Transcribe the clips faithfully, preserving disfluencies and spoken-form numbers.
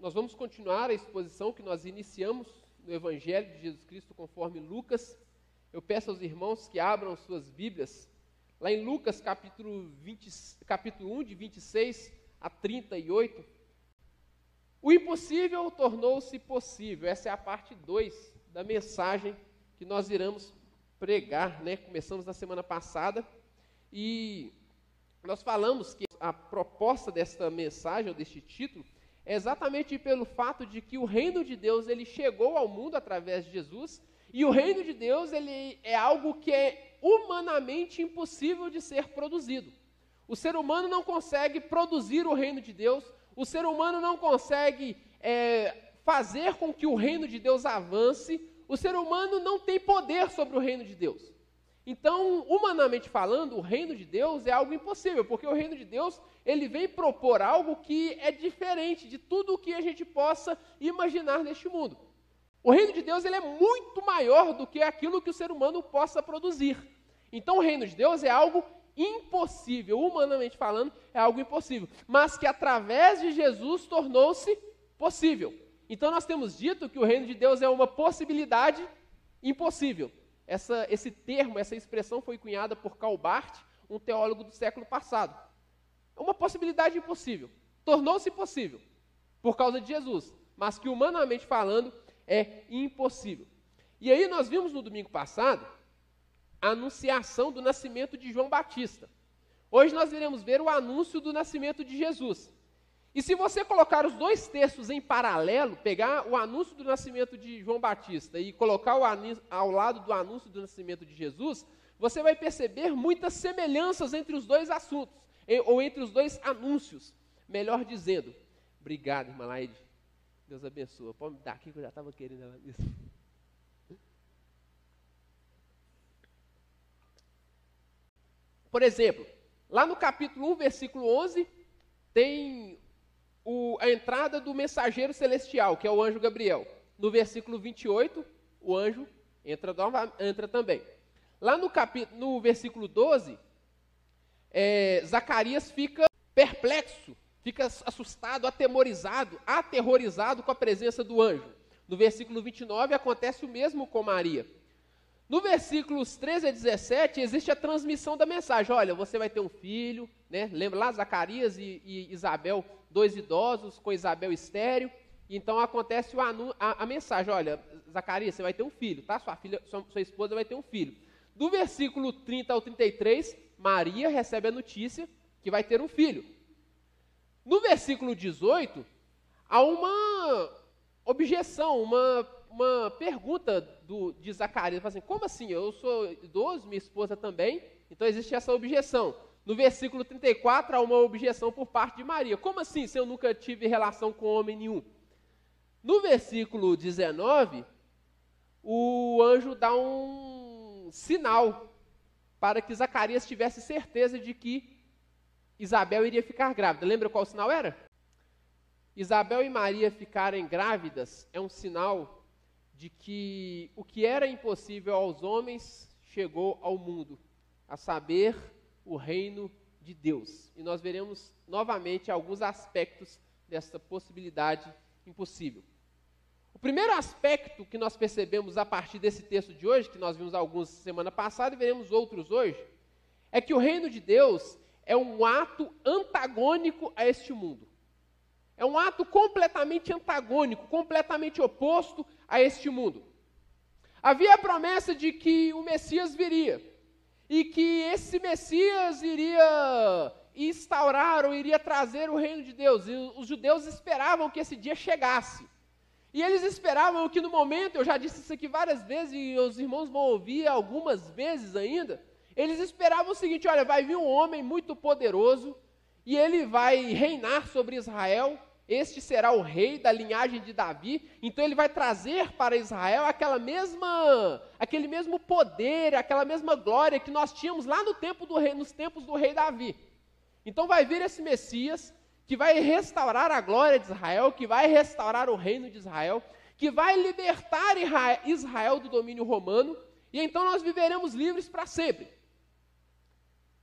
nós vamos continuar a exposição que nós iniciamos no Evangelho de Jesus Cristo conforme Lucas. Eu peço aos irmãos que abram suas Bíblias, lá em Lucas capítulo, vinte, capítulo um, de vinte e seis a trinta e oito. O impossível tornou-se possível. Essa é a parte dois da mensagem que nós iremos pregar, né? Começamos na semana passada e nós falamos que a proposta desta mensagem, ou deste título, é exatamente pelo fato de que o reino de Deus ele chegou ao mundo através de Jesus, e o reino de Deus ele é algo que é humanamente impossível de ser produzido. O ser humano não consegue produzir o reino de Deus, o ser humano não consegue é, fazer com que o reino de Deus avance, o ser humano não tem poder sobre o reino de Deus. Então, humanamente falando, o reino de Deus é algo impossível, porque o reino de Deus, ele vem propor algo que é diferente de tudo o que a gente possa imaginar neste mundo. O reino de Deus, ele é muito maior do que aquilo que o ser humano possa produzir. Então, o reino de Deus é algo impossível, humanamente falando, é algo impossível, mas que através de Jesus tornou-se possível. Então, nós temos dito que o reino de Deus é uma possibilidade impossível. Essa, esse termo, essa expressão foi cunhada por Karl Barth, um teólogo do século passado. É uma possibilidade impossível. Tornou-se possível por causa de Jesus, mas que humanamente falando é impossível. E aí nós vimos no domingo passado a anunciação do nascimento de João Batista. Hoje nós iremos ver o anúncio do nascimento de Jesus. E se você colocar os dois textos em paralelo, pegar o anúncio do nascimento de João Batista e colocar o anúncio, ao lado do anúncio do nascimento de Jesus, você vai perceber muitas semelhanças entre os dois assuntos, ou entre os dois anúncios. Melhor dizendo, obrigado, irmã Laide, Deus abençoe. Pode me dar aqui que eu já estava querendo ela isso. Por exemplo, lá no capítulo um, versículo onze, tem o, a entrada do mensageiro celestial, que é o anjo Gabriel. No versículo vinte e oito, o anjo entra, entra também. Lá no, capítulo, no versículo doze, é, Zacarias fica perplexo, fica assustado, atemorizado, aterrorizado com a presença do anjo. No versículo vinte e nove, acontece o mesmo com Maria. No versículos treze a dezessete, existe a transmissão da mensagem. Olha, você vai ter um filho, né? Lembra lá, Zacarias e, e Isabel, dois idosos, com Isabel estéril. Então acontece o anu, a, a mensagem, olha, Zacarias, você vai ter um filho, tá? Sua filha, sua, sua esposa vai ter um filho. Do versículo trinta ao trinta e três, Maria recebe a notícia que vai ter um filho. No versículo dezoito, há uma objeção, uma, uma pergunta do, de Zacarias. Fala assim, como assim? Eu sou idoso, minha esposa também, então existe essa objeção. No versículo trinta e quatro, há uma objeção por parte de Maria. Como assim, se eu nunca tive relação com homem nenhum? No versículo dezenove, o anjo dá um sinal para que Zacarias tivesse certeza de que Isabel iria ficar grávida. Lembra qual sinal era? Isabel e Maria ficarem grávidas é um sinal de que o que era impossível aos homens chegou ao mundo, a saber, o reino de Deus. E nós veremos novamente alguns aspectos dessa possibilidade impossível. O primeiro aspecto que nós percebemos a partir desse texto de hoje, que nós vimos alguns semana passada e veremos outros hoje, é que o reino de Deus é um ato antagônico a este mundo. É um ato completamente antagônico, completamente oposto a este mundo. Havia a promessa de que o Messias viria, e que esse Messias iria instaurar ou iria trazer o reino de Deus. E os judeus esperavam que esse dia chegasse. E eles esperavam que no momento, eu já disse isso aqui várias vezes, e os irmãos vão ouvir algumas vezes ainda, eles esperavam o seguinte, olha, vai vir um homem muito poderoso, e ele vai reinar sobre Israel, este será o rei da linhagem de Davi, então ele vai trazer para Israel aquela mesma, aquele mesmo poder, aquela mesma glória que nós tínhamos lá no tempo do rei, nos tempos do rei Davi. Então vai vir esse Messias, que vai restaurar a glória de Israel, que vai restaurar o reino de Israel, que vai libertar Israel do domínio romano, e então nós viveremos livres para sempre.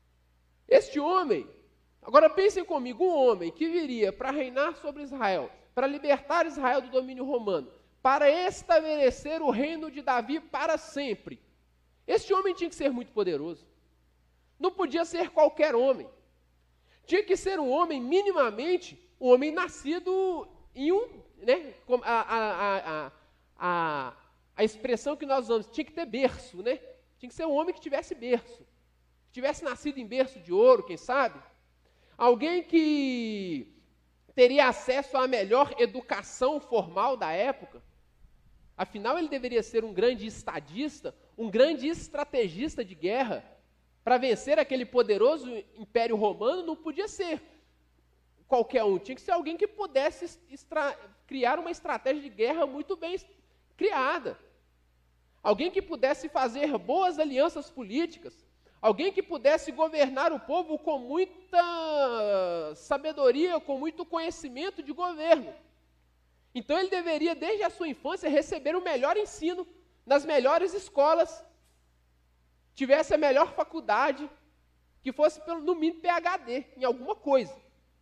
Este homem, agora pensem comigo, um homem que viria para reinar sobre Israel, para libertar Israel do domínio romano, para estabelecer o reino de Davi para sempre. Este homem tinha que ser muito poderoso. Não podia ser qualquer homem. Tinha que ser um homem minimamente, um homem nascido em um, né, a, a, a, a, a expressão que nós usamos, tinha que ter berço, né? Tinha que ser um homem que tivesse berço, que tivesse nascido em berço de ouro, quem sabe? Alguém que teria acesso à melhor educação formal da época. Afinal, ele deveria ser um grande estadista, um grande estrategista de guerra. Para vencer aquele poderoso império romano, não podia ser qualquer um. Tinha que ser alguém que pudesse extra- criar uma estratégia de guerra muito bem criada. Alguém que pudesse fazer boas alianças políticas. Alguém que pudesse governar o povo com muita sabedoria, com muito conhecimento de governo. Então ele deveria, desde a sua infância, receber o melhor ensino, nas melhores escolas, tivesse a melhor faculdade, que fosse, pelo, no mínimo, P H D, em alguma coisa.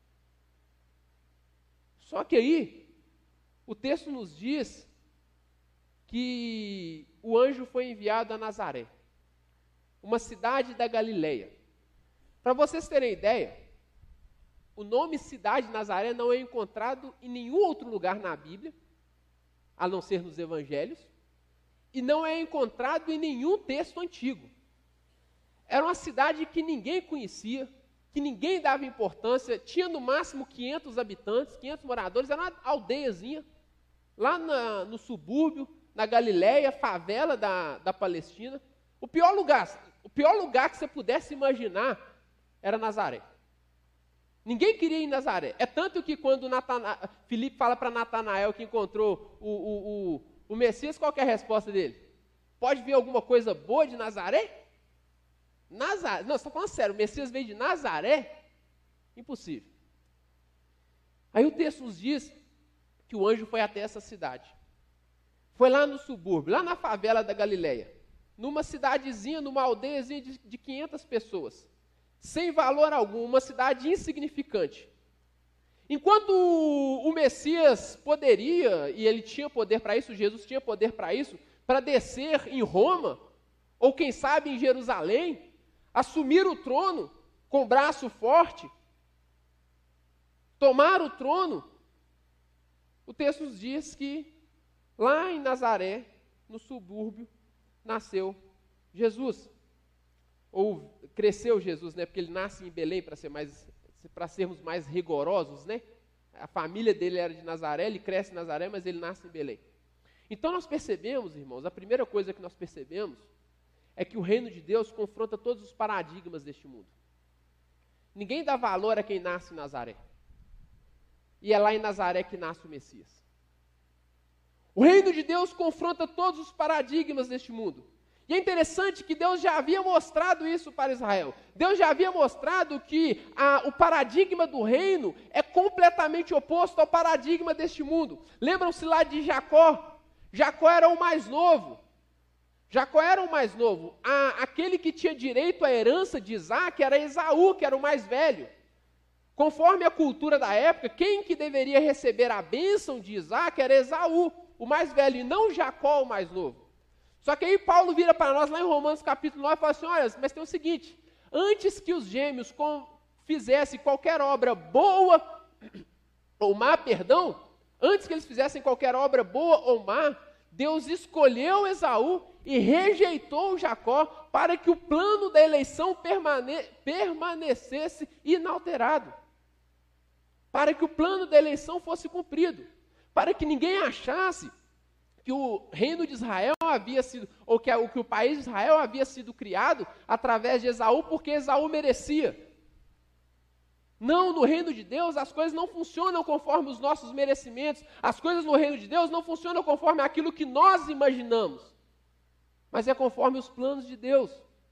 Só que aí, o texto nos diz que o anjo foi enviado a Nazaré, uma cidade da Galileia. Para vocês terem ideia, o nome cidade de Nazaré não é encontrado em nenhum outro lugar na Bíblia, a não ser nos evangelhos, e não é encontrado em nenhum texto antigo. Era uma cidade que ninguém conhecia, que ninguém dava importância, tinha no máximo quinhentos habitantes, quinhentos moradores, era uma aldeiazinha, lá na, no subúrbio, na Galileia, favela da, da Palestina. O pior lugar, o pior lugar que você pudesse imaginar era Nazaré. Ninguém queria ir em Nazaré. É tanto que quando Natana, Filipe fala para Natanael que encontrou o, o, o, o Messias, qual que é a resposta dele? Pode vir alguma coisa boa de Nazaré? Nazaré, não, você está falando sério, o Messias veio de Nazaré? Impossível. Aí o texto nos diz que o anjo foi até essa cidade. Foi lá no subúrbio, lá na favela da Galileia, numa cidadezinha, numa aldeiazinha de, de quinhentas pessoas, sem valor algum, uma cidade insignificante. Enquanto o, o Messias poderia, e ele tinha poder para isso, Jesus tinha poder para isso, para descer em Roma, ou quem sabe em Jerusalém, assumir o trono com braço forte, tomar o trono, o texto nos diz que lá em Nazaré, no subúrbio, nasceu Jesus. Ou cresceu Jesus, né? Porque ele nasce em Belém, para ser mais, para sermos mais rigorosos, né? A família dele era de Nazaré, ele cresce em Nazaré, mas ele nasce em Belém. Então nós percebemos, irmãos, a primeira coisa que nós percebemos é que o reino de Deus confronta todos os paradigmas deste mundo. Ninguém dá valor a quem nasce em Nazaré. E é lá em Nazaré que nasce o Messias. O reino de Deus confronta todos os paradigmas deste mundo. E é interessante que Deus já havia mostrado isso para Israel. Deus já havia mostrado que a, o paradigma do reino é completamente oposto ao paradigma deste mundo. Lembram-se lá de Jacó? Jacó era o mais novo. Jacó era o mais novo. A, aquele que tinha direito à herança de Isaac era Esaú, que era o mais velho. Conforme a cultura da época, quem que deveria receber a bênção de Isaac era Esaú, o mais velho, e não Jacó, o mais novo. Só que aí Paulo vira para nós lá em Romanos capítulo nove e fala assim, olha, mas tem o seguinte, antes que os gêmeos com, fizessem qualquer obra boa, ou má, perdão, antes que eles fizessem qualquer obra boa ou má, Deus escolheu Esaú e rejeitou Jacó para que o plano da eleição permane- permanecesse inalterado. Para que o plano da eleição fosse cumprido. Para que ninguém achasse que o reino de Israel havia sido, ou que, a, que o país de Israel havia sido criado através de Esaú, porque Esaú merecia. Não, no reino de Deus as coisas não funcionam conforme os nossos merecimentos, as coisas no reino de Deus não funcionam conforme aquilo que nós imaginamos, mas é conforme os planos de Deus.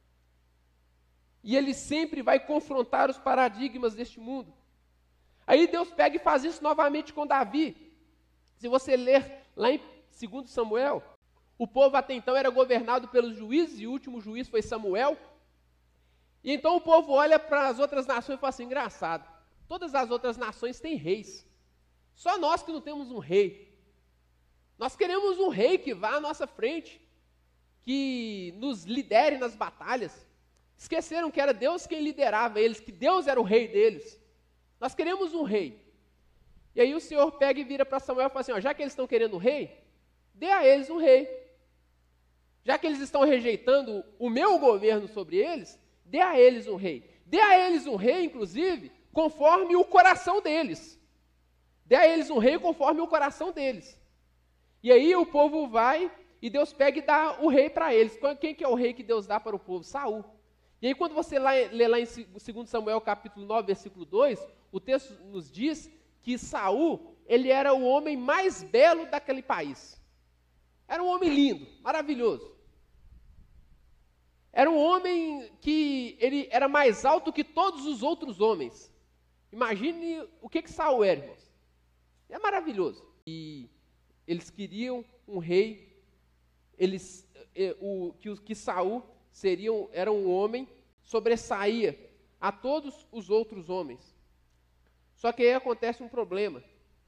E Ele sempre vai confrontar os paradigmas deste mundo. Aí Deus pega e faz isso novamente com Davi. Se você ler lá em segundo Samuel, o povo até então era governado pelos juízes, e o último juiz foi Samuel. E então o povo olha para as outras nações e fala assim, engraçado, todas as outras nações têm reis, Só nós que não temos um rei. Nós queremos um rei que vá à nossa frente, que nos lidere nas batalhas. Esqueceram que era Deus quem liderava eles, que Deus era o rei deles. Nós queremos um rei. E aí o Senhor pega e vira para Samuel e fala assim, ó, já que eles estão querendo um rei, dê a eles um rei. Já que eles estão rejeitando o meu governo sobre eles, dê a eles um rei. Dê a eles um rei, inclusive, conforme o coração deles. Dê a eles um rei conforme o coração deles. E aí o povo vai e Deus pega e dá o rei para eles. Quem que é o rei que Deus dá para o povo? Saul. E aí quando você lê lá em segundo Samuel capítulo nove, versículo dois, o texto nos diz que Saul, ele era o homem mais belo daquele país. Era um homem lindo, maravilhoso. Era um homem que ele era mais alto que todos os outros homens. Imagine o que que Saul era, irmãos. É maravilhoso. E eles queriam um rei, eles, o, que, que Saul seriam, era um homem, sobressaía a todos os outros homens. Só que aí acontece um problema.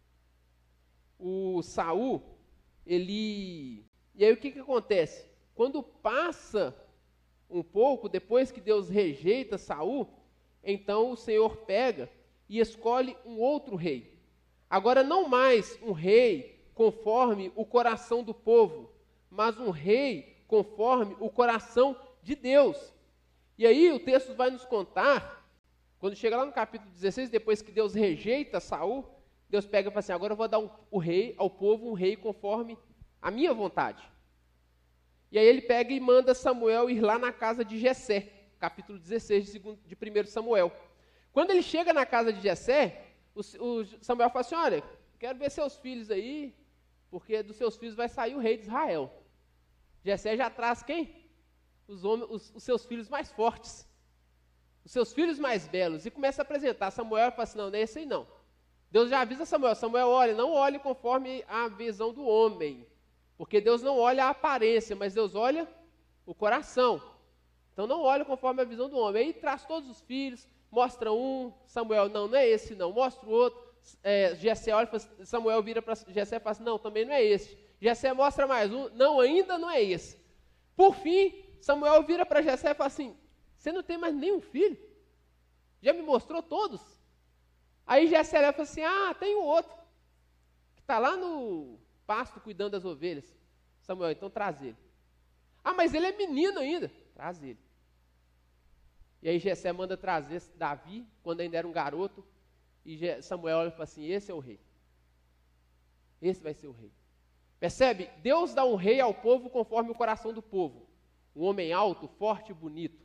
O Saul, ele... E aí o que que acontece? Quando passa um pouco, depois que Deus rejeita Saul, então o Senhor pega e escolhe um outro rei. Agora não mais um rei conforme o coração do povo, mas um rei conforme o coração de Deus. E aí o texto vai nos contar, quando chega lá no capítulo dezesseis, depois que Deus rejeita Saul, Deus pega e fala assim, agora eu vou dar um, o rei, ao povo um rei conforme a minha vontade. E aí ele pega e manda Samuel ir lá na casa de Jessé, capítulo dezesseis de, segundo, de primeiro Samuel. Quando ele chega na casa de Jessé, o, o Samuel fala assim, olha, quero ver seus filhos aí, porque dos seus filhos vai sair o rei de Israel. Jessé já traz quem? Os, homens, os, os seus filhos mais fortes, os seus filhos mais belos, e começa a apresentar. Samuel fala assim, não, não é esse aí não. Deus já avisa Samuel, Samuel, olha, não olhe conforme a visão do homem, porque Deus não olha a aparência, mas Deus olha o coração. Então não olha conforme a visão do homem. Aí traz todos os filhos, mostra um, Samuel, não, não é esse não, mostra o outro. É, Jessé olha, Samuel vira para Jessé e fala assim, não, também não é esse. Jessé mostra mais um, não, ainda não é esse. Por fim, Samuel vira para Jessé e fala assim, você não tem mais nenhum filho? Já me mostrou todos? Aí Jessé fala assim, ah, tem um outro, que está lá no pasto cuidando das ovelhas. Samuel, então traz ele. Ah, mas ele é menino ainda. Traz ele. E aí Jessé manda trazer Davi, quando ainda era um garoto, e Samuel olha e fala assim, esse é o rei. Esse vai ser o rei. Percebe? Deus dá um rei ao povo conforme o coração do povo. Um homem alto, forte e bonito.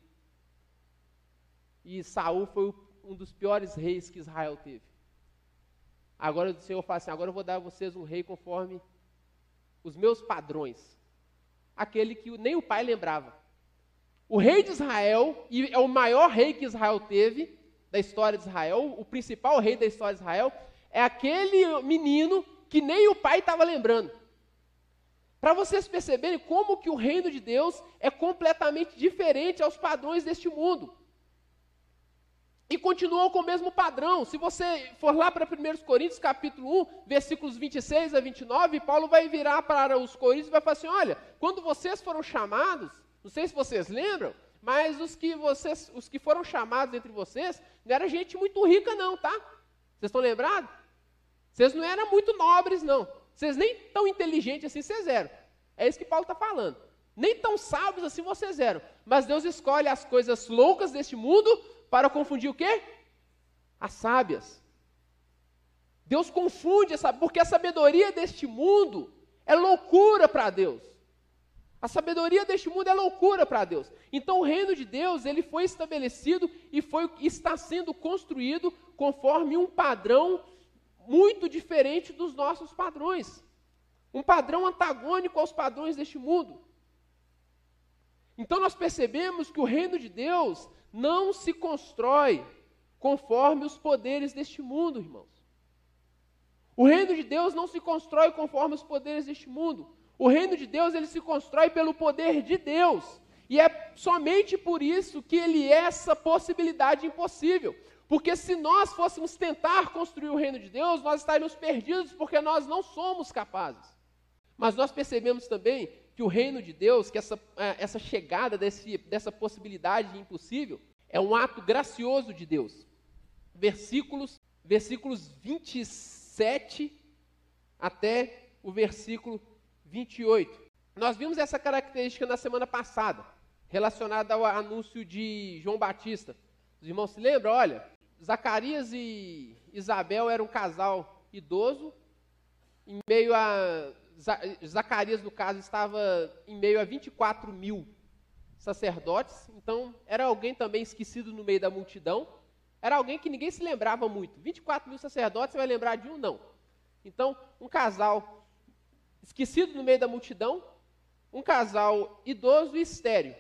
E Saul foi um dos piores reis que Israel teve. Agora o Senhor fala assim, agora eu vou dar a vocês um rei conforme os meus padrões. Aquele que nem o pai lembrava. O rei de Israel, e é o maior rei que Israel teve, da história de Israel, o principal rei da história de Israel, é aquele menino que nem o pai estava lembrando. Para vocês perceberem como que o reino de Deus é completamente diferente aos padrões deste mundo. E continuam com o mesmo padrão. Se você for lá para primeiro Coríntios, capítulo um, versículos vinte e seis a vinte e nove, Paulo vai virar para os coríntios e vai falar assim, olha, quando vocês foram chamados, não sei se vocês lembram, mas os que, vocês, os que foram chamados entre vocês, não era gente muito rica não, tá? Vocês estão lembrados? Vocês não eram muito nobres não. Vocês nem tão inteligentes assim vocês eram. É isso que Paulo está falando. Nem tão sábios assim vocês eram. Mas Deus escolhe as coisas loucas deste mundo para confundir o quê? As sábias. Deus confunde, essa, porque a sabedoria deste mundo é loucura para Deus. A sabedoria deste mundo é loucura para Deus. Então o reino de Deus, ele foi estabelecido e foi, está sendo construído conforme um padrão muito diferente dos nossos padrões. Um padrão antagônico aos padrões deste mundo. Então nós percebemos que o reino de Deus não se constrói conforme os poderes deste mundo, irmãos. O reino de Deus não se constrói conforme os poderes deste mundo. O reino de Deus, ele se constrói pelo poder de Deus. E é somente por isso que ele é essa possibilidade impossível. Porque se nós fôssemos tentar construir o reino de Deus, nós estaríamos perdidos, porque nós não somos capazes. Mas nós percebemos também que o reino de Deus, que essa, essa chegada desse, dessa possibilidade de impossível, é um ato gracioso de Deus. Versículos, versículos vinte e sete até o versículo vinte e oito. Nós vimos essa característica na semana passada, relacionada ao anúncio de João Batista. Os irmãos se lembram? Olha, Zacarias e Isabel eram um casal idoso, em meio a... Zacarias, no caso, estava em meio a vinte e quatro mil sacerdotes, então era alguém também esquecido no meio da multidão, era alguém que ninguém se lembrava muito. vinte e quatro mil sacerdotes, você vai lembrar de um? Não. Então, um casal esquecido no meio da multidão, um casal idoso e estéril,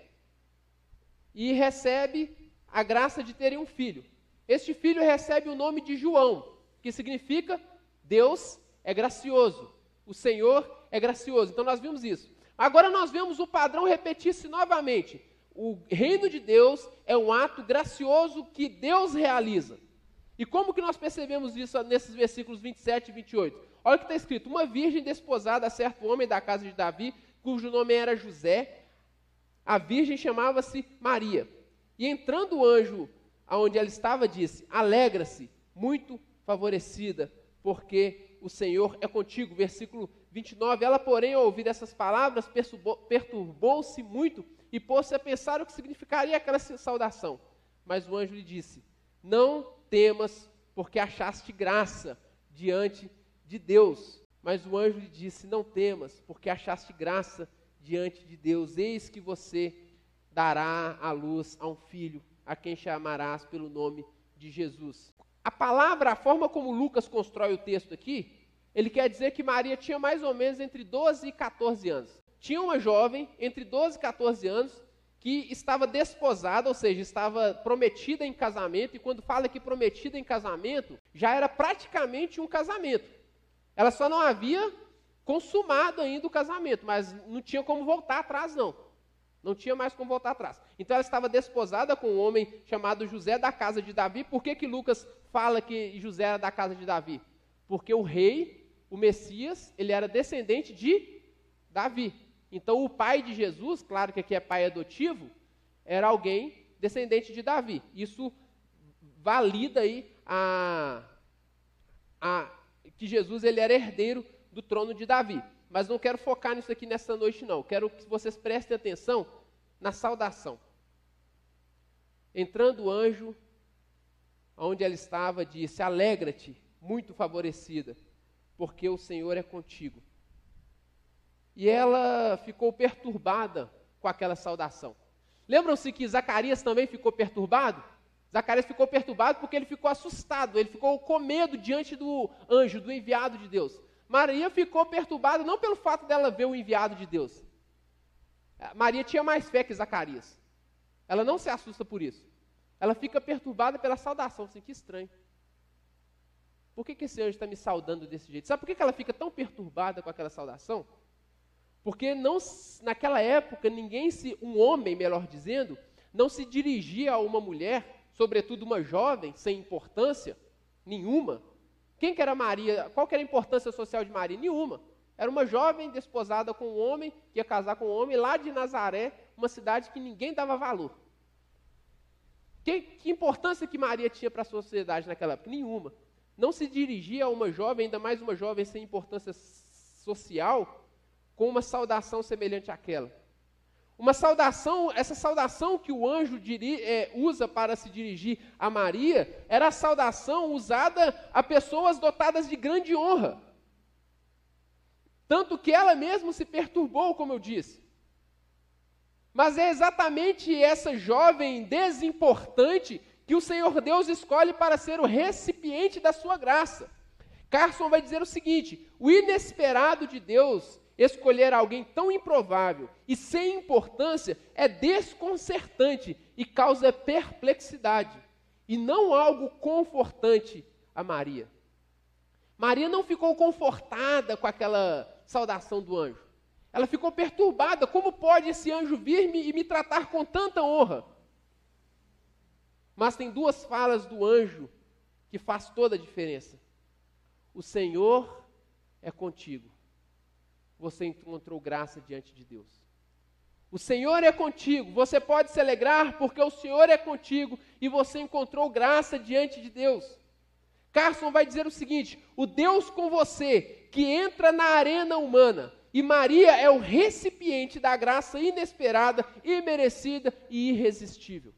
e recebe a graça de terem um filho. Este filho recebe o nome de João, que significa Deus é gracioso, o Senhor é gracioso. Então nós vimos isso. Agora nós vemos o padrão repetir-se novamente. O reino de Deus é um ato gracioso que Deus realiza. E como que nós percebemos isso nesses versículos vinte e sete e vinte e oito? Olha o que está escrito: uma virgem desposada a certo homem da casa de Davi, cujo nome era José, a virgem chamava-se Maria. E entrando o anjo aonde ela estava, disse: alegra-se, muito favorecida, porque o Senhor é contigo. Versículo vinte e nove, ela, porém, ao ouvir essas palavras, perturbou-se muito e pôs-se a pensar o que significaria aquela saudação. Mas o anjo lhe disse: não temas, porque achaste graça diante de Deus. Mas o anjo lhe disse: não temas, porque achaste graça diante de Deus. Eis que você dará à luz a um filho, a quem chamarás pelo nome de Jesus. A palavra, a forma como Lucas constrói o texto aqui, ele quer dizer que Maria tinha mais ou menos entre doze e quatorze anos. Tinha uma jovem entre doze e quatorze anos que estava desposada, ou seja, estava prometida em casamento, e quando fala que prometida em casamento, já era praticamente um casamento. Ela só não havia consumado ainda o casamento, mas não tinha como voltar atrás, não. Não tinha mais como voltar atrás. Então ela estava desposada com um homem chamado José da casa de Davi. Por que que Lucas fala que José era da casa de Davi? Porque o rei, o Messias, ele era descendente de Davi. Então o pai de Jesus, claro que aqui é pai adotivo, era alguém descendente de Davi. Isso valida aí a, a, que Jesus ele era herdeiro do trono de Davi. Mas não quero focar nisso aqui nessa noite, não. Quero que vocês prestem atenção na saudação. Entrando o anjo, onde ela estava, disse: alegra-te, muito favorecida, porque o Senhor é contigo. E ela ficou perturbada com aquela saudação. Lembram-se que Zacarias também ficou perturbado? Zacarias ficou perturbado porque ele ficou assustado, ele ficou com medo diante do anjo, do enviado de Deus. Maria ficou perturbada não pelo fato dela ver o enviado de Deus. Maria tinha mais fé que Zacarias. Ela não se assusta por isso. Ela fica perturbada pela saudação. Assim, que estranho. Por que que esse anjo está me saudando desse jeito? Sabe por que que ela fica tão perturbada com aquela saudação? Porque não, naquela época, ninguém se, um homem, melhor dizendo, não se dirigia a uma mulher, sobretudo uma jovem, sem importância nenhuma. Quem que era Maria? Qual que era a importância social de Maria? Nenhuma. Era uma jovem desposada com um homem, que ia casar com um homem, lá de Nazaré, uma cidade que ninguém dava valor. Que, que importância que Maria tinha para a sociedade naquela época? Nenhuma. Não se dirigia a uma jovem, ainda mais uma jovem sem importância social, com uma saudação semelhante àquela. Uma saudação, essa saudação que o anjo diri, é, usa para se dirigir a Maria, era a saudação usada a pessoas dotadas de grande honra. Tanto que ela mesma se perturbou, como eu disse. Mas é exatamente essa jovem desimportante que o Senhor Deus escolhe para ser o recipiente da sua graça. Carson vai dizer o seguinte: o inesperado de Deus escolher alguém tão improvável e sem importância é desconcertante e causa perplexidade, e não algo confortante a Maria. Maria não ficou confortada com aquela saudação do anjo. Ela ficou perturbada. Como pode esse anjo vir-me e me tratar com tanta honra? Mas tem duas falas do anjo que faz toda a diferença. O Senhor é contigo. Você encontrou graça diante de Deus. O Senhor é contigo. Você pode se alegrar porque o Senhor é contigo e você encontrou graça diante de Deus. Carson vai dizer o seguinte: o Deus com você que entra na arena humana, e Maria é o recipiente da graça inesperada, imerecida e irresistível.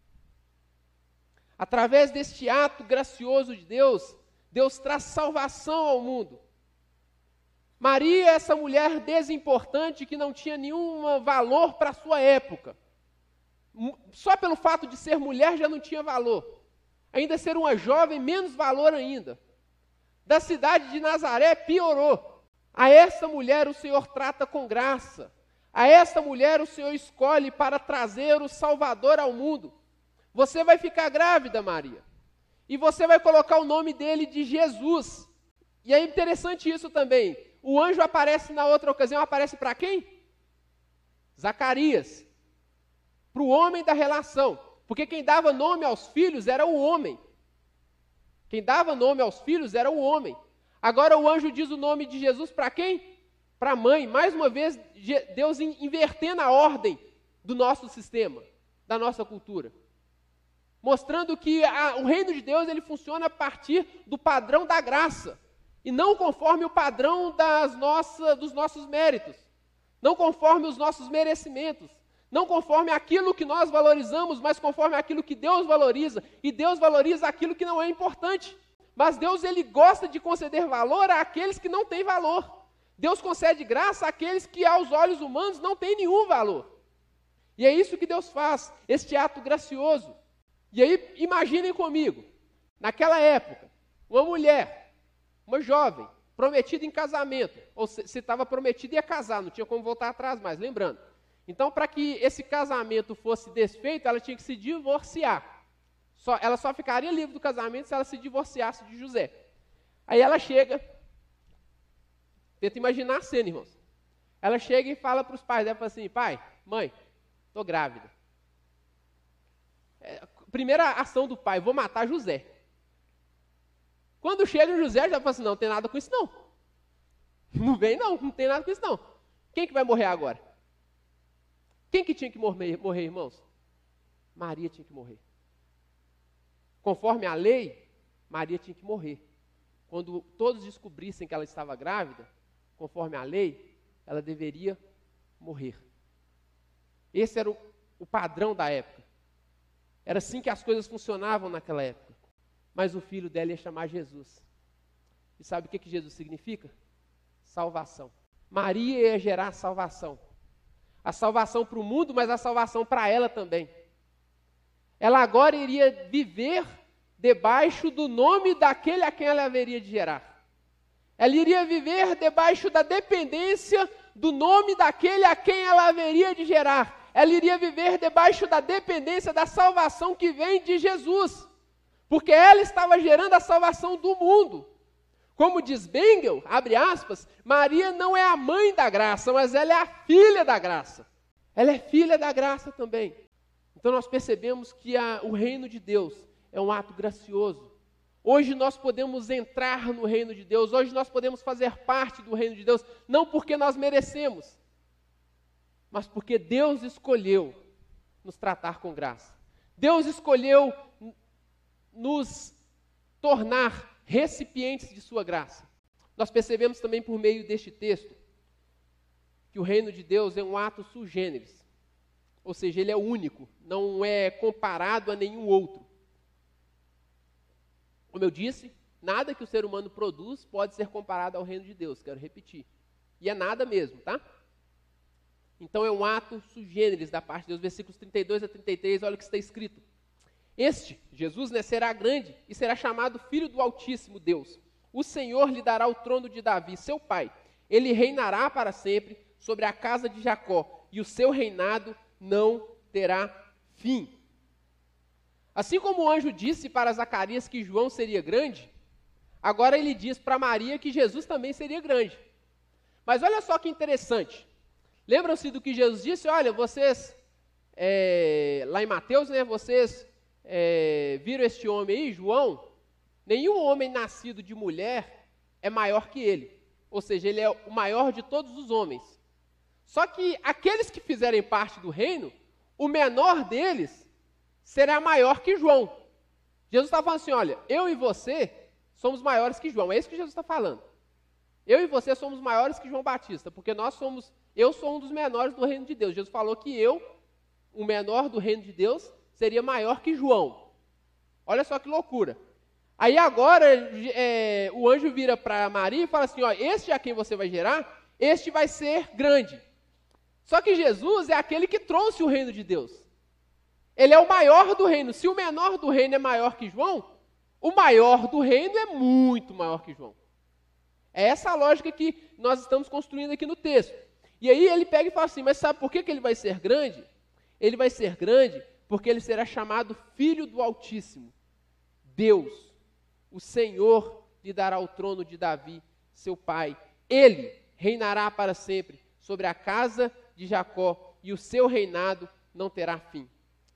Através deste ato gracioso de Deus, Deus traz salvação ao mundo. Maria, essa mulher desimportante que não tinha nenhum valor para a sua época. Só pelo fato de ser mulher já não tinha valor. Ainda ser uma jovem, menos valor ainda. Da cidade de Nazaré, piorou. A essa mulher o Senhor trata com graça. A essa mulher o Senhor escolhe para trazer o Salvador ao mundo. Você vai ficar grávida, Maria. E você vai colocar o nome dele de Jesus. E é interessante isso também. O anjo aparece na outra ocasião, aparece para quem? Zacarias. Para o homem da relação. Porque quem dava nome aos filhos era o homem. Quem dava nome aos filhos era o homem. Agora o anjo diz o nome de Jesus para quem? Para a mãe. Mais uma vez, Deus invertendo a ordem do nosso sistema, da nossa cultura. Mostrando que a, o reino de Deus ele funciona a partir do padrão da graça. E não conforme o padrão das nossa, dos nossos méritos. Não conforme os nossos merecimentos. Não conforme aquilo que nós valorizamos, mas conforme aquilo que Deus valoriza. E Deus valoriza aquilo que não é importante. Mas Deus ele gosta de conceder valor àqueles que não têm valor. Deus concede graça àqueles que aos olhos humanos não têm nenhum valor. E é isso que Deus faz, este ato gracioso. E aí, imaginem comigo, naquela época, uma mulher, uma jovem, prometida em casamento, ou se estava prometida ia casar, não tinha como voltar atrás mais, lembrando. Então, para que esse casamento fosse desfeito, ela tinha que se divorciar. Só, ela só ficaria livre do casamento se ela se divorciasse de José. Aí ela chega, tenta imaginar a cena, irmãos. Ela chega e fala para os pais dela, fala assim: pai, mãe, estou grávida. É, primeira ação do pai, vou matar José. Quando chega José, já fala assim: não, não tem nada com isso não. Não vem não, não tem nada com isso não. Quem que vai morrer agora? Quem que tinha que morrer, morrer, irmãos? Maria tinha que morrer. Conforme a lei, Maria tinha que morrer. Quando todos descobrissem que ela estava grávida, conforme a lei, ela deveria morrer. Esse era o, o padrão da época. Era assim que as coisas funcionavam naquela época. Mas o filho dela ia chamar Jesus. E sabe o que, que Jesus significa? Salvação. Maria ia gerar salvação. A salvação para o mundo, mas a salvação para ela também. Ela agora iria viver debaixo do nome daquele a quem ela haveria de gerar. Ela iria viver debaixo da dependência do nome daquele a quem ela haveria de gerar. Ela iria viver debaixo da dependência da salvação que vem de Jesus. Porque ela estava gerando a salvação do mundo. Como diz Bengel, abre aspas, Maria não é a mãe da graça, mas ela é a filha da graça. Ela é filha da graça também. Então nós percebemos que a, o reino de Deus é um ato gracioso. Hoje nós podemos entrar no reino de Deus, hoje nós podemos fazer parte do reino de Deus, não porque nós merecemos, mas porque Deus escolheu nos tratar com graça. Deus escolheu nos tornar recipientes de sua graça. Nós percebemos também por meio deste texto que o reino de Deus é um ato sui generis. Ou seja, ele é único, não é comparado a nenhum outro. Como eu disse, nada que o ser humano produz pode ser comparado ao reino de Deus, quero repetir. E é nada mesmo, tá? Então é um ato sui generis da parte de Deus, versículos trinta e dois a trinta e três, olha o que está escrito. Este, Jesus, né, será grande e será chamado Filho do Altíssimo Deus. O Senhor lhe dará o trono de Davi, seu pai. Ele reinará para sempre sobre a casa de Jacó, e o seu reinado não terá fim. Assim como o anjo disse para Zacarias que João seria grande, agora ele diz para Maria que Jesus também seria grande. Mas olha só que interessante. Lembram-se do que Jesus disse? Olha, vocês, é, lá em Mateus, né, vocês é, viram este homem aí, João, nenhum homem nascido de mulher é maior que ele. Ou seja, ele é o maior de todos os homens. Só que aqueles que fizerem parte do reino, o menor deles será maior que João. Jesus está falando assim, olha, eu e você somos maiores que João. É isso que Jesus está falando. Eu e você somos maiores que João Batista, porque nós somos, eu sou um dos menores do reino de Deus. Jesus falou que eu, o menor do reino de Deus, seria maior que João. Olha só que loucura. Aí agora é, o anjo vira para Maria e fala assim, ó, este a quem você vai gerar, este vai ser grande. Só que Jesus é aquele que trouxe o reino de Deus. Ele é o maior do reino. Se o menor do reino é maior que João, o maior do reino é muito maior que João. É essa a lógica que nós estamos construindo aqui no texto. E aí ele pega e fala assim, mas sabe por que, que ele vai ser grande? Ele vai ser grande porque ele será chamado Filho do Altíssimo. Deus, o Senhor, lhe dará o trono de Davi, seu pai. Ele reinará para sempre sobre a casa de Jacó, e o seu reinado não terá fim.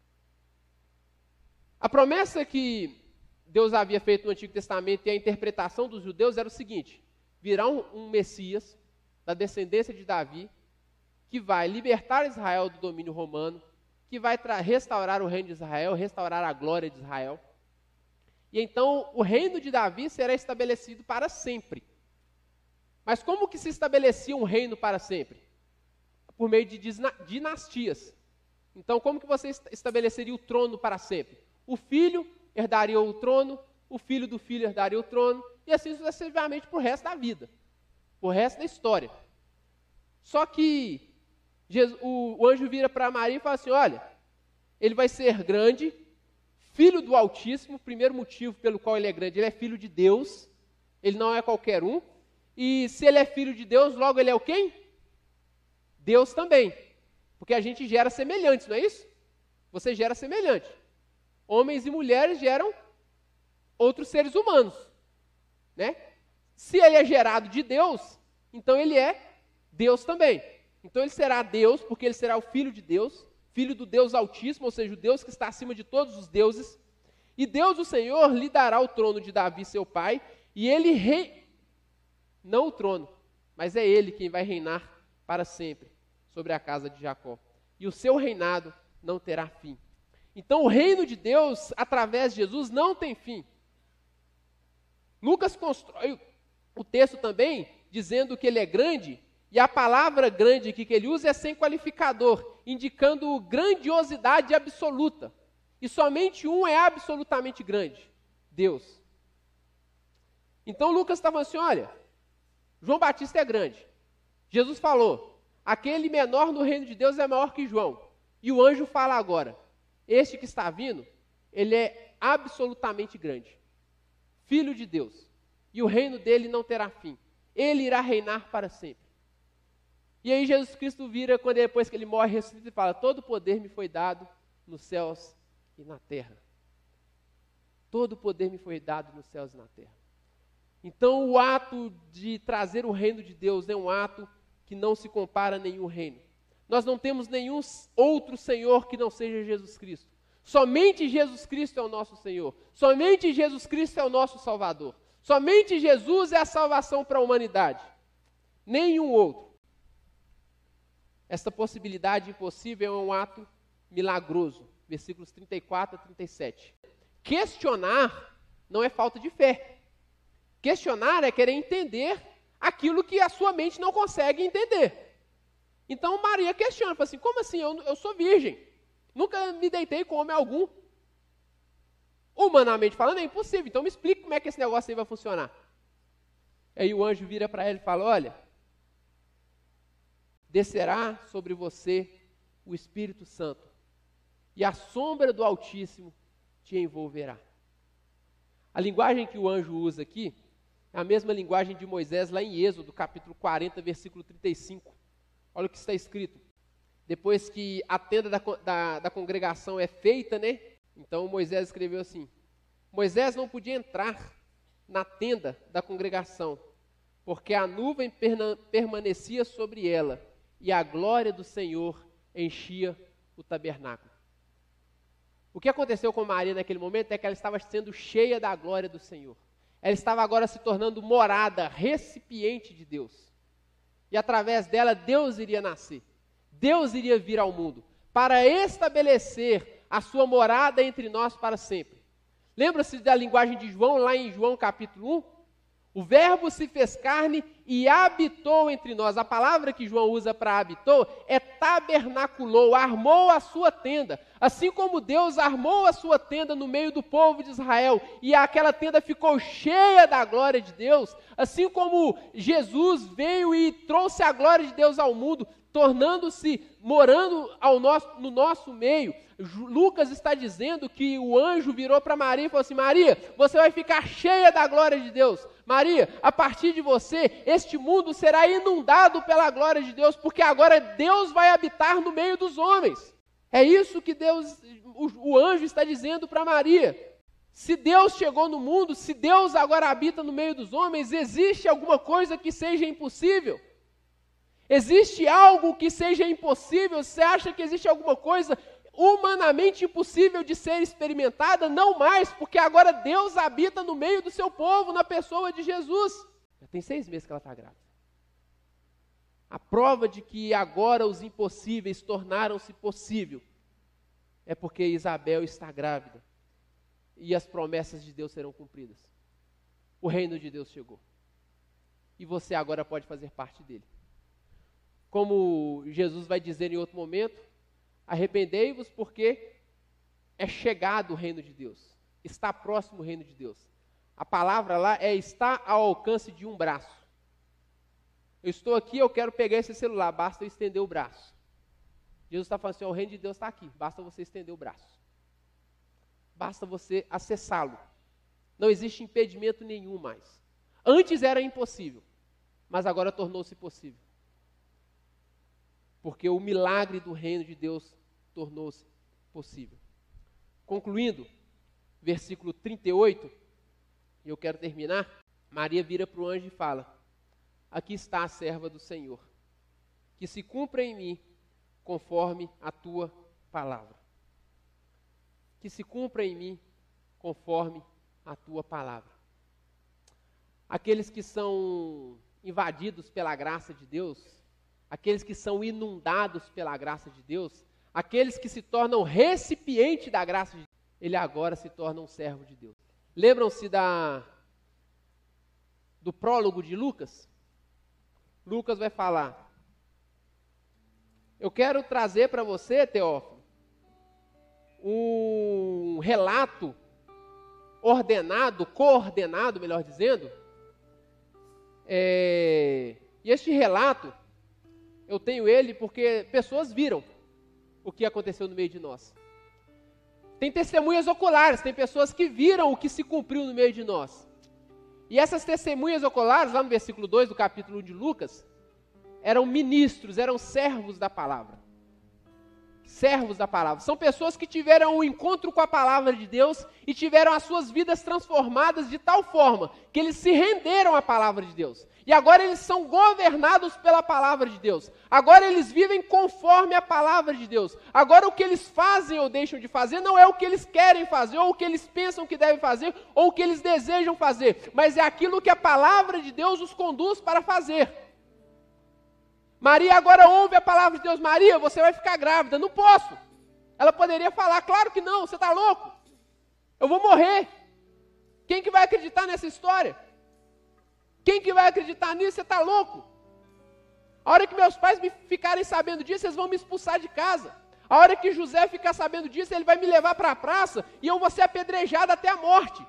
A promessa que Deus havia feito no Antigo Testamento e a interpretação dos judeus era o seguinte: virá um, um Messias da descendência de Davi, que vai libertar Israel do domínio romano, que vai restaurar o reino de Israel, restaurar a glória de Israel. E então o reino de Davi será estabelecido para sempre. Mas como que se estabelecia um reino para sempre? Por meio de dinastias. Então como que você estabeleceria o trono para sempre? O filho herdaria o trono, o filho do filho herdaria o trono, e assim sucessivamente para o resto da vida, para o resto da história. Só que Jesus, o, o anjo vira para Maria e fala assim, olha, ele vai ser grande, filho do Altíssimo. O primeiro motivo pelo qual ele é grande, ele é filho de Deus, ele não é qualquer um, e se ele é filho de Deus, logo ele é o quem? Deus também, porque a gente gera semelhantes, não é isso? Você gera semelhante. Homens e mulheres geram outros seres humanos, né? Se ele é gerado de Deus, então ele é Deus também. Então ele será Deus, porque ele será o Filho de Deus, Filho do Deus Altíssimo, ou seja, o Deus que está acima de todos os deuses. E Deus, o Senhor, lhe dará o trono de Davi, seu pai, e ele rei... não o trono, mas é ele quem vai reinar para sempre sobre a casa de Jacó. E o seu reinado não terá fim. Então o reino de Deus, através de Jesus, não tem fim. Lucas constrói o texto também, dizendo que ele é grande, e a palavra grande aqui que ele usa é sem qualificador, indicando grandiosidade absoluta. E somente um é absolutamente grande, Deus. Então Lucas estava assim, olha, João Batista é grande. Jesus falou, aquele menor no reino de Deus é maior que João. E o anjo fala agora, este que está vindo, ele é absolutamente grande. Filho de Deus. E o reino dele não terá fim. Ele irá reinar para sempre. E aí Jesus Cristo vira, quando depois que ele morre, ressuscita e fala, todo poder me foi dado nos céus e na terra. Todo poder me foi dado nos céus e na terra. Então o ato de trazer o reino de Deus é um ato que não se compara a nenhum reino. Nós não temos nenhum outro Senhor que não seja Jesus Cristo. Somente Jesus Cristo é o nosso Senhor. Somente Jesus Cristo é o nosso Salvador. Somente Jesus é a salvação para a humanidade. Nenhum outro. Esta possibilidade impossível é um ato milagroso. Versículos trinta e quatro a trinta e sete. Questionar não é falta de fé. Questionar é querer entender aquilo que a sua mente não consegue entender. Então Maria questiona, fala assim, como assim? Eu, eu sou virgem. Nunca me deitei com homem algum. Humanamente falando, é impossível. Então me explica como é que esse negócio aí vai funcionar. Aí o anjo vira para ela e fala, olha, descerá sobre você o Espírito Santo, e a sombra do Altíssimo te envolverá. A linguagem que o anjo usa aqui é a mesma linguagem de Moisés lá em Êxodo, capítulo quarenta, versículo trinta e cinco. Olha o que está escrito. Depois que a tenda da, da, da congregação é feita, né? Então Moisés escreveu assim, Moisés não podia entrar na tenda da congregação, porque a nuvem perna, permanecia sobre ela, e a glória do Senhor enchia o tabernáculo. O que aconteceu com Maria naquele momento é que ela estava sendo cheia da glória do Senhor. Ela estava agora se tornando morada, recipiente de Deus. E através dela, Deus iria nascer. Deus iria vir ao mundo para estabelecer a sua morada entre nós para sempre. Lembra-se da linguagem de João, lá em João capítulo um? O verbo se fez carne e habitou entre nós. A palavra que João usa para habitou é tabernaculou, armou a sua tenda. Assim como Deus armou a sua tenda no meio do povo de Israel e aquela tenda ficou cheia da glória de Deus, assim como Jesus veio e trouxe a glória de Deus ao mundo, tornando-se, morando ao nosso, no nosso meio. Lucas está dizendo que o anjo virou para Maria e falou assim: Maria, você vai ficar cheia da glória de Deus. Maria, a partir de você, este mundo será inundado pela glória de Deus, porque agora Deus vai habitar no meio dos homens. É isso que Deus, o, o anjo está dizendo para Maria. Se Deus chegou no mundo, se Deus agora habita no meio dos homens, existe alguma coisa que seja impossível? Existe algo que seja impossível? Você acha que existe alguma coisa humanamente impossível de ser experimentada? Não mais, porque agora Deus habita no meio do seu povo, na pessoa de Jesus. Já tem seis meses que ela está grávida. A prova de que agora os impossíveis tornaram-se possível é porque Isabel está grávida e as promessas de Deus serão cumpridas. O reino de Deus chegou e você agora pode fazer parte dele. Como Jesus vai dizer em outro momento, arrependei-vos porque é chegado o reino de Deus, está próximo o reino de Deus. A palavra lá é está ao alcance de um braço. Eu estou aqui, eu quero pegar esse celular, basta eu estender o braço. Jesus está falando assim, ó, o reino de Deus está aqui, basta você estender o braço. Basta você acessá-lo. Não existe impedimento nenhum mais. Antes era impossível, mas agora tornou-se possível. Porque o milagre do reino de Deus tornou-se possível. Concluindo, versículo trinta e oito, e eu quero terminar, Maria vira para o anjo e fala: aqui está a serva do Senhor, que se cumpra em mim conforme a tua palavra. Que se cumpra em mim conforme a tua palavra. Aqueles que são invadidos pela graça de Deus, aqueles que são inundados pela graça de Deus, aqueles que se tornam recipiente da graça de Deus, ele agora se torna um servo de Deus. Lembram-se da, do prólogo de Lucas? Lucas vai falar: eu quero trazer para você, Teófilo, um relato ordenado, coordenado, melhor dizendo, é, e este relato, eu tenho ele porque pessoas viram o que aconteceu no meio de nós. Tem testemunhas oculares, tem pessoas que viram o que se cumpriu no meio de nós. E essas testemunhas oculares, lá no versículo dois do capítulo um de Lucas, eram ministros, eram servos da palavra. Servos da palavra. São pessoas que tiveram um encontro com a palavra de Deus e tiveram as suas vidas transformadas de tal forma que eles se renderam à palavra de Deus. E agora eles são governados pela palavra de Deus. Agora eles vivem conforme a palavra de Deus. Agora o que eles fazem ou deixam de fazer não é o que eles querem fazer, ou o que eles pensam que devem fazer, ou o que eles desejam fazer, mas é aquilo que a palavra de Deus os conduz para fazer. Maria agora ouve a palavra de Deus: Maria, você vai ficar grávida. Não posso. Ela poderia falar: claro que não, você está louco. Eu vou morrer. Quem que vai acreditar nessa história? Quem que vai acreditar nisso? Você está louco. A hora que meus pais me ficarem sabendo disso, eles vão me expulsar de casa. A hora que José ficar sabendo disso, ele vai me levar para a praça e eu vou ser apedrejado até a morte.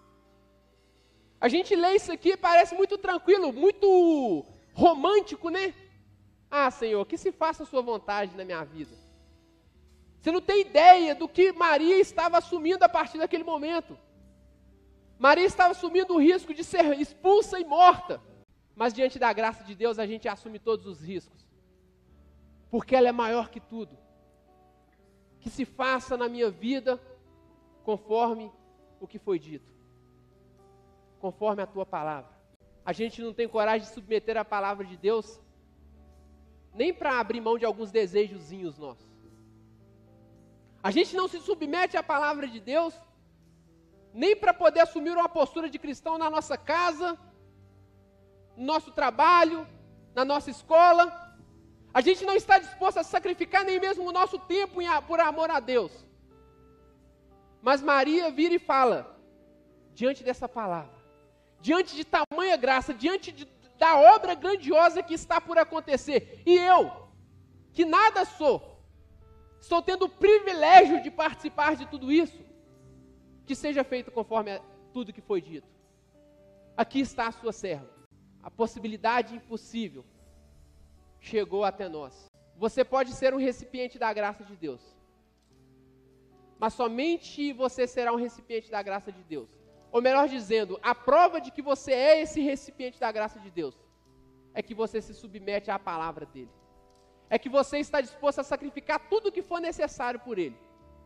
A gente lê isso aqui e parece muito tranquilo, muito romântico, né? Ah, Senhor, que se faça a sua vontade na minha vida. Você não tem ideia do que Maria estava assumindo a partir daquele momento. Maria estava assumindo o risco de ser expulsa e morta. Mas diante da graça de Deus, a gente assume todos os riscos. Porque ela é maior que tudo. Que se faça na minha vida conforme o que foi dito. Conforme a tua palavra. A gente não tem coragem de submeter a palavra de Deus nem para abrir mão de alguns desejozinhos nossos. A gente não se submete à palavra de Deus, nem para poder assumir uma postura de cristão na nossa casa, no nosso trabalho, na nossa escola. A gente não está disposto a sacrificar nem mesmo o nosso tempo por amor a Deus. Mas Maria vira e fala, diante dessa palavra, diante de tamanha graça, diante de, da obra grandiosa que está por acontecer, e eu, que nada sou, estou tendo o privilégio de participar de tudo isso, que seja feito conforme a tudo que foi dito. Aqui está a sua serva. A possibilidade impossível chegou até nós. Você pode ser um recipiente da graça de Deus, mas somente você será um recipiente da graça de Deus. Ou melhor dizendo, a prova de que você é esse recipiente da graça de Deus é que você se submete à palavra dele. É que você está disposto a sacrificar tudo o que for necessário por ele.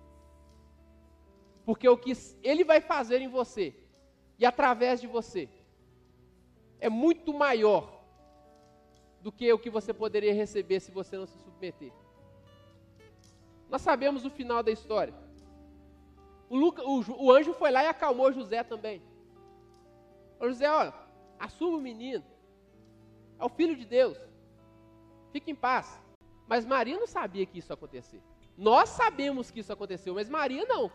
Porque o que ele vai fazer em você e através de você é muito maior do que o que você poderia receber se você não se submeter. Nós sabemos o final da história. O, Luca, o, o anjo foi lá e acalmou José também. Ô José, olha, assuma o menino. É o filho de Deus. Fique em paz. Mas Maria não sabia que isso ia acontecer. Nós sabemos que isso aconteceu, mas Maria não.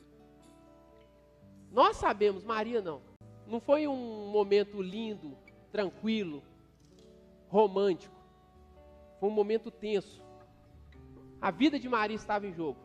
Nós sabemos, Maria não. Não foi um momento lindo, tranquilo, romântico. Foi um momento tenso. A vida de Maria estava em jogo.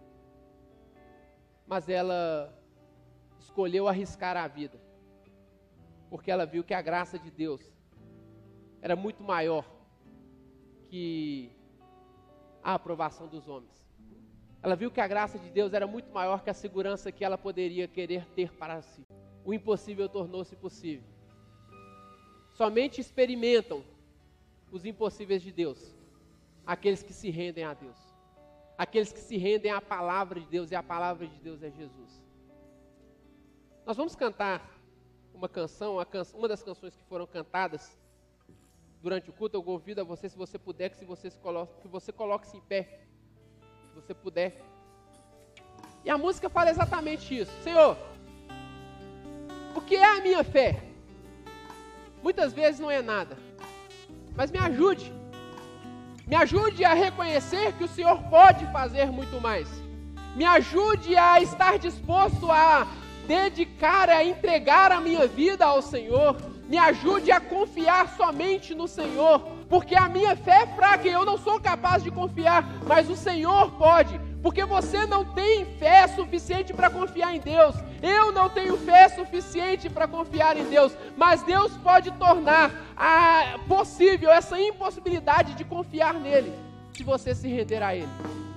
Mas ela escolheu arriscar a vida. Porque ela viu que a graça de Deus era muito maior que a aprovação dos homens. Ela viu que a graça de Deus era muito maior que a segurança que ela poderia querer ter para si. O impossível tornou-se possível. Somente experimentam os impossíveis de Deus aqueles que se rendem a Deus. Aqueles que se rendem à palavra de Deus, e a palavra de Deus é Jesus. Nós vamos cantar uma canção, uma, canção, uma das canções que foram cantadas durante o culto. Eu convido a você, se você puder, que, se você, se coloque, que você coloque-se em pé, se você puder. E a música fala exatamente isso. Senhor, o que é a minha fé? Muitas vezes não é nada, mas me ajude. Me ajude a reconhecer que o Senhor pode fazer muito mais. Me ajude a estar disposto a dedicar, a entregar a minha vida ao Senhor. Me ajude a confiar somente no Senhor, porque a minha fé é fraca e eu não sou capaz de confiar, mas o Senhor pode, porque você não tem fé suficiente para confiar em Deus. Eu não tenho fé suficiente para confiar em Deus, mas Deus pode tornar a, possível essa impossibilidade de confiar nele, se você se render a Ele.